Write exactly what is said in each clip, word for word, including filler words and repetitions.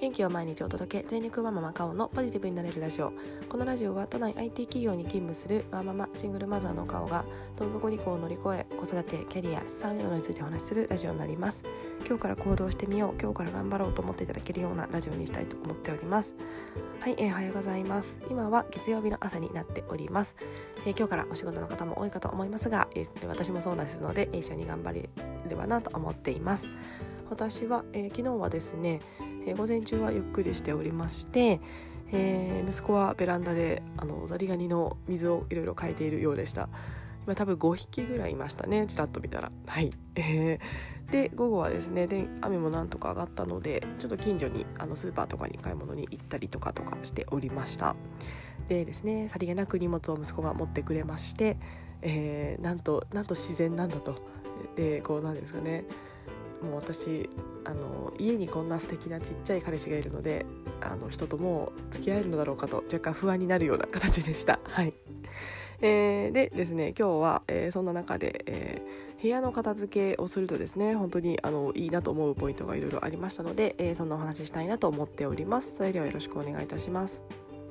元気を毎日お届け、全力ワンママカオのポジティブになれるラジオ。このラジオは都内 アイティー 企業に勤務するワンママシングルマザーのカオがどん底離婚を乗り越え、子育て、キャリア、資産などについてお話しするラジオになります。今日から行動してみよう、今日から頑張ろうと思っていただけるようなラジオにしたいと思っております。はい、えー、おはようございます。今は月曜日の朝になっております。えー、今日からお仕事の方も多いかと思いますが、えー、私もそうですので一緒に頑張れればなと思っています。私は、えー、昨日はですね、えー、午前中はゆっくりしておりまして、えー、息子はベランダであのザリガニの水をいろいろ変えているようでした。今多分ごひきぐらいいましたね、ちらっと見たら。はい、えー、で午後はですね、で雨もなんとか上がったので、ちょっと近所にあのスーパーとかに買い物に行ったりとかとかしておりました。でですね、さりげなく荷物を息子が持ってくれまして、えー、なんとなんと自然なんだと。でこうなんですかね、もう私あの家にこんな素敵なちっちゃい彼氏がいるので、あの人とも付き合えるのだろうかと若干不安になるような形でした。はい、えー、でですね、今日は、えー、そんな中で、えー、部屋の片付けをするとですね、本当にあのいいなと思うポイントがいろいろありましたので、えー、そんなお話ししたいなと思っております。それではよろしくお願いいたします。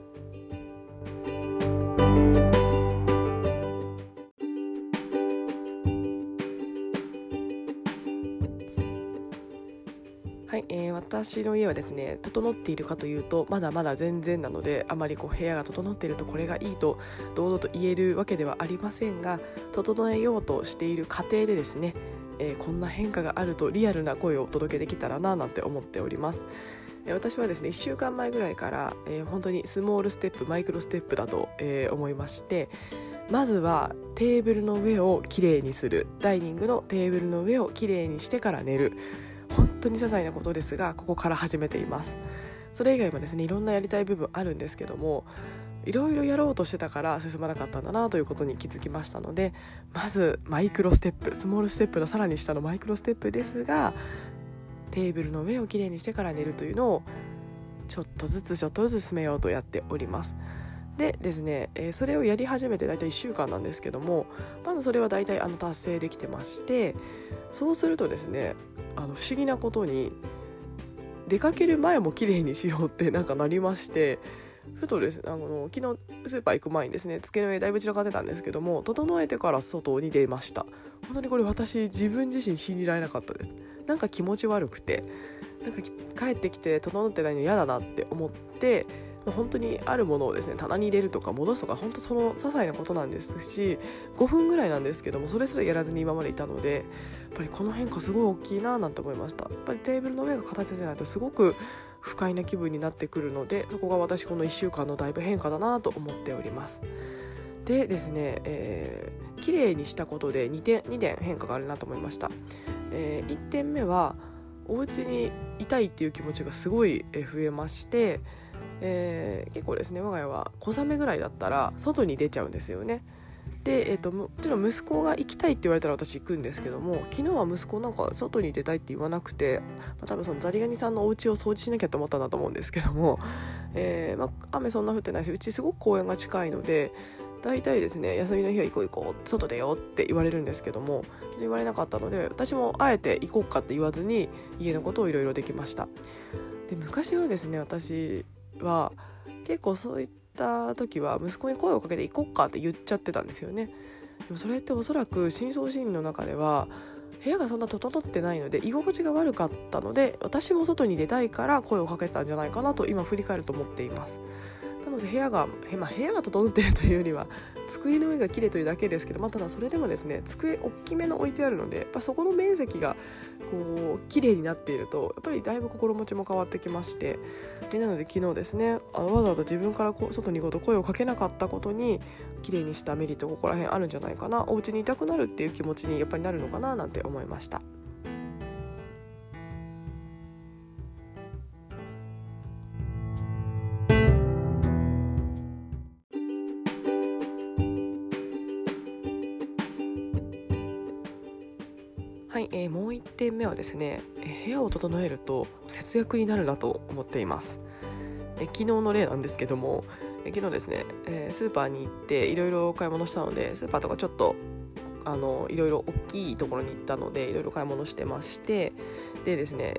はい、えー、私の家はですね、整っているかというとまだまだ全然なので、あまりこう部屋が整っているとこれがいいと堂々と言えるわけではありませんが、整えようとしている過程でですね、えー、こんな変化があるとリアルな声をお届けできたらななんて思っております。えー、私はですねいっしゅうかんまえぐらいから、えー、本当にスモールステップマイクロステップだと、えー、思いまして、まずはテーブルの上をきれいにする、ダイニングのテーブルの上をきれいにしてから寝る、本当に些細なことですがここから始めています。それ以外もですねいろんなやりたい部分あるんですけども、いろいろやろうとしてたから進まなかったんだなということに気づきましたので、まずマイクロステップ、スモールステップのさらに下のマイクロステップですが、テーブルの上をきれいにしてから寝るというのをちょっとずつちょっとずつ進めようとやっております。でですね、えー、それをやり始めてだいたいいっしゅうかんなんですけども、まずそれはだいたいあの達成できてまして、そうするとですね、あの不思議なことに出かける前も綺麗にしようってなんかなりまして、ふとですね、あの昨日スーパー行く前にですね、机の上だいぶ散らかってたんですけども、整えてから外に出ました。本当にこれ私自分自身信じられなかったです。なんか気持ち悪くて、なんか帰ってきて整ってないの嫌だなって思って、本当にあるものをですね棚に入れるとか戻すとか、本当その些細なことなんですし、ごふんぐらいなんですけども、それすらやらずに今までいたので、やっぱりこの変化すごい大きいななんて思いました。やっぱりテーブルの上が形じゃないとすごく不快な気分になってくるので、そこが私このいっしゅうかんのだいぶ変化だなと思っております。でですね、えー、綺麗にしたことでにてんにてん変化があるなと思いました。えー、いってんめはお家にいたいっていう気持ちがすごい増えまして、えー、結構ですね、我が家は小雨ぐらいだったら外に出ちゃうんですよね。で、えーと、もちろん息子が行きたいって言われたら私行くんですけども、昨日は息子なんか外に出たいって言わなくて、まあ、多分そのザリガニさんのお家を掃除しなきゃと思ったんだと思うんですけども、えーまあ、雨そんな降ってないし、うちすごく公園が近いので、大体ですね休みの日は行こう行こう外出ようって言われるんですけども、言われなかったので、私もあえて行こうかって言わずに家のことをいろいろできました。で昔はですね、私は結構そういった時は息子に声をかけて行こっかって言っちゃってたんですよね。でもそれっておそらく深層心理の中では部屋がそんな整ってないので居心地が悪かったので、私も外に出たいから声をかけたんじゃないかなと今振り返ると思っています。なので部屋が、まあ、部屋が整っているというよりは机の上が綺麗というだけですけど、まあ、ただそれでもですね机大きめの置いてあるので、やっぱそこの面積がこう綺麗になっているとやっぱりだいぶ心持ちも変わってきまして、でなので昨日ですね、あわざわざ自分からこう外に行こうと声をかけなかったことに綺麗にしたメリットここら辺あるんじゃないかな、お家にいたくなるっていう気持ちにやっぱりなるのかななんて思いました。はい、えー、もういってんめはですね、えー部屋を整えると節約になるなと思っています。えー昨日の例なんですけども、えー昨日ですね、えースーパーに行っていろいろ買い物したので、スーパーとかちょっとあのいろいろ大きいところに行ったのでいろいろ買い物してまして、でですね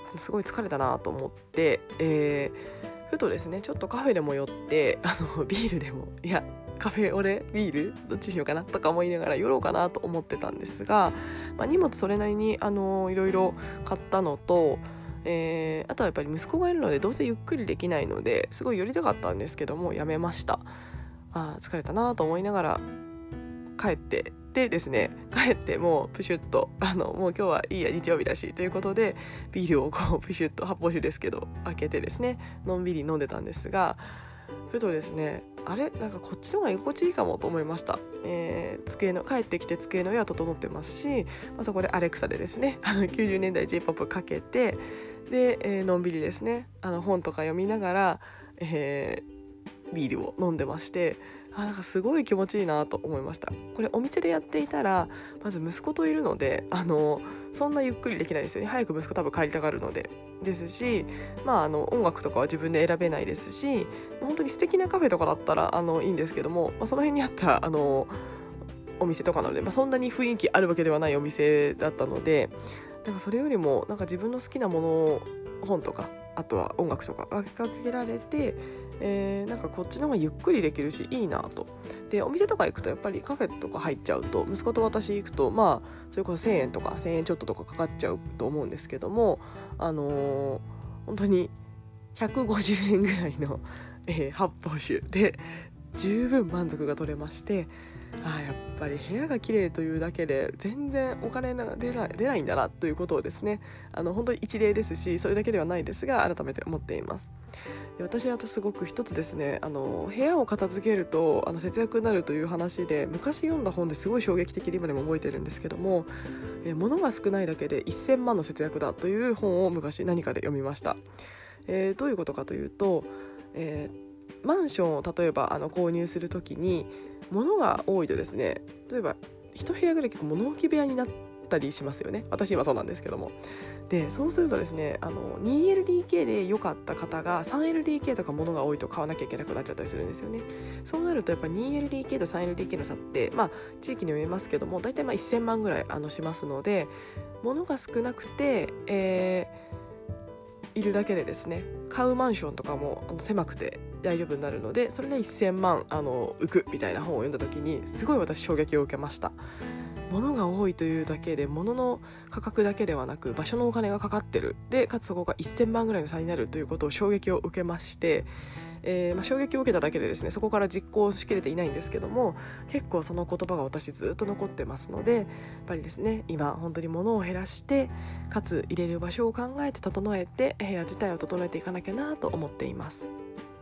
すごい疲れたなと思って、えー、ふとですねちょっとカフェでも寄ってあのビールでもいやカフェオレビールどっちにしようかなとか思いながら寄ろうかなと思ってたんですが、まあ、荷物それなりにあのいろいろ買ったのと、えー、あとはやっぱり息子がいるのでどうせゆっくりできないのですごい寄りたかったんですけどもやめました。あ疲れたなと思いながら帰ってでですね帰ってもうプシュッとあのもう今日はいいや日曜日だしということでビールをこうプシュッと発泡酒ですけど開けてですねのんびり飲んでたんですが、ふとですねあれなんかこっちの方が居心地いいかもと思いました。えー、机の帰ってきて机の上は整ってますし、まあ、そこでアレクサでですねあのきゅうじゅうねんだい J-ポップ かけてで、えー、のんびりですねあの本とか読みながら、えー、ビールを飲んでまして、あなんかすごい気持ちいいなと思いました。これお店でやっていたらまず息子といるのであのそんなゆっくりできないですよね。早く息子多分帰りたがるのでですし、まあ、あの音楽とかは自分で選べないですし、本当に素敵なカフェとかだったらあのいいんですけども、まあ、その辺にあったあのお店とかなので、まあ、そんなに雰囲気あるわけではないお店だったので、なんかそれよりもなんか自分の好きなもの本とかあとは音楽とかがかけられて、えー、なんかこっちの方がゆっくりできるしいいなと。でお店とか行くとやっぱりカフェとか入っちゃうと息子と私行くとまあそれこそせんえんとかせんえんちょっととかかかっちゃうと思うんですけども、あのー、本当にひゃくごじゅうえんぐらいの、えー、発泡酒で十分満足が取れまして、あやっぱり部屋が綺麗というだけで全然お金が出ない、出ないんだなということをですねあの本当に一例ですしそれだけではないですが改めて思っています。私はすごく一つですねあの部屋を片付けるとあの節約になるという話で昔読んだ本ですごい衝撃的で今でも覚えてるんですけども、え物が少ないだけでせんまんの節約だという本を昔何かで読みました。えー、どういうことかというと、えー、マンションを例えばあの購入するときに物が多いとですね例えば一部屋ぐらい結構物置部屋になったりしますよね。私今そうなんですけども、でそうするとですねあの にエルディーケー で良かった方が スリーエルディーケー とか物が多いと買わなきゃいけなくなっちゃったりするんですよね。そうなるとやっぱり にエルディーケー と スリーエルディーケー の差ってまあ地域にもよりますけども大体まあせんまんぐらいあのしますので、物が少なくて、えー、いるだけでですね買うマンションとかもあの狭くて大丈夫になるのでそれでせんまんあの浮くみたいな本を読んだ時にすごい私衝撃を受けました。物が多いというだけで物の価格だけではなく場所のお金がかかってるでかつそこがせんまんぐらいの差になるということを衝撃を受けまして、えーまあ、衝撃を受けただけでですねそこから実行しきれていないんですけども結構その言葉が私ずっと残ってますのでやっぱりですね今本当に物を減らしてかつ入れる場所を考えて整えて部屋自体を整えていかなきゃなと思っています。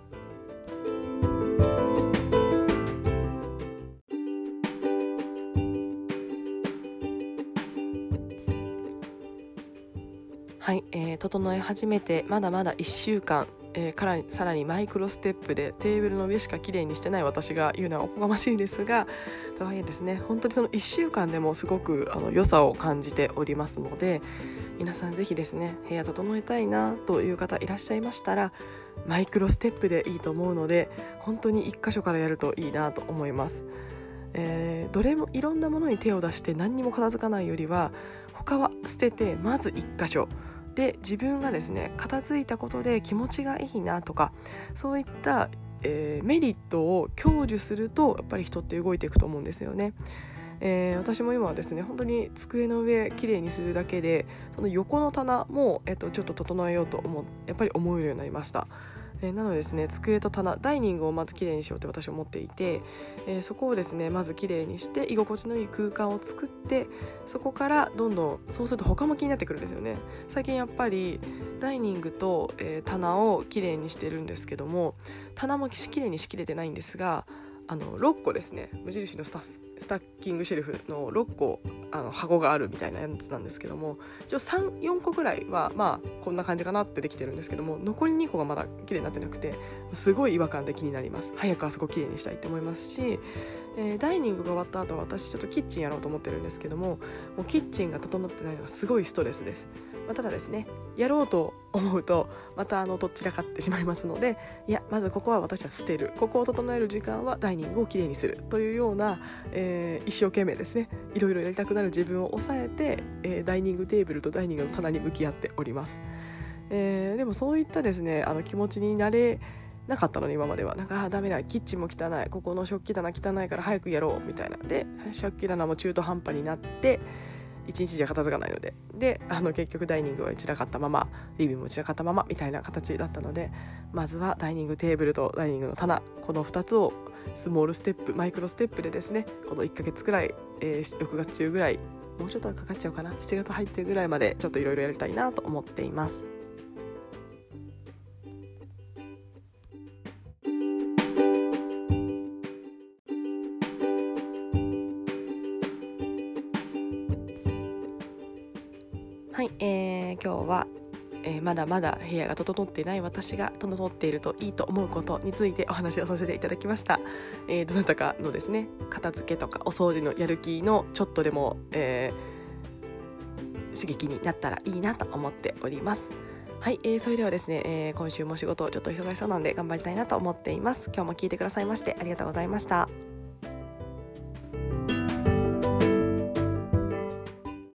はい、えー、整え始めてまだまだいっしゅうかん、えー、からさらにマイクロステップでテーブルの上しかきれいにしてない私が言うのはおこがましいですがとはいえですね本当にそのいっしゅうかんでもすごくあの良さを感じておりますので、皆さんぜひですね部屋整えたいなという方いらっしゃいましたらマイクロステップでいいと思うので本当にいっ箇所からやるといいなと思います。えー、どれもいろんなものに手を出して何にも片付かないよりは他は捨ててまずいっ箇所で自分がですね片付いたことで気持ちがいいなとかそういった、えー、メリットを享受するとやっぱり人って動いていくと思うんですよね。えー、私も今はですね本当に机の上きれいにするだけでその横の棚も、えっと、ちょっと整えようと思うやっぱり思えるようになりました。えー、なのでですね机と棚ダイニングをまずきれいにしようって私は思っていて、えー、そこをですねまずきれいにして居心地のいい空間を作ってそこからどんどんそうすると他も気になってくるんですよね。最近やっぱりダイニングと、えー、棚をきれいにしてるんですけども棚もきれいにしきれてないんですがあのろっこですね無印のスタッフスタッキングシェルフのろっこあの箱があるみたいなやつなんですけども一応 さん、よんこぐらいはまあこんな感じかなってできてるんですけども残りにこがまだ綺麗になってなくてすごい違和感で気になります。早くあそこ綺麗にしたいって思いますし、えー、ダイニングが終わった後は私ちょっとキッチンやろうと思ってるんですけどももうキッチンが整ってないのがすごいストレスです。まあ、ただですねやろうと思うとまたあのどっちらかってしまいますのでいやまずここは私は捨てるここを整える時間はダイニングをきれいにするというような、えー、一生懸命ですねいろいろやりたくなる自分を抑えて、えー、ダイニングテーブルとダイニングの棚に向き合っております。 えー、でもそういったですねあの気持ちになれなかったのに、今まではなんかあダメだ、キッチンも汚い、ここの食器棚汚いから早くやろうみたいなで、食器棚も中途半端になって一日じゃ片付かないので、であの結局ダイニングは散らかったまま、リビングも散らかったままみたいな形だったので、まずはダイニングテーブルとダイニングの棚、このふたつをスモールステップマイクロステップでですね、このいっかげつくらい、えー、ろくがつ中ぐらい、もうちょっとかかっちゃうかな、しちがつ入ってるぐらいまでちょっといろいろやりたいなと思っています。はい、えー、今日は、えー、まだまだ部屋が整っていない私が整っているといいと思うことについてお話をさせていただきました。えー、どなたかのですね片付けとかお掃除のやる気のちょっとでも、えー、刺激になったらいいなと思っております。はい、えー、それではですね、えー、今週も仕事ちょっと忙しそうなんで頑張りたいなと思っています。今日も聞いてくださいましてありがとうございました。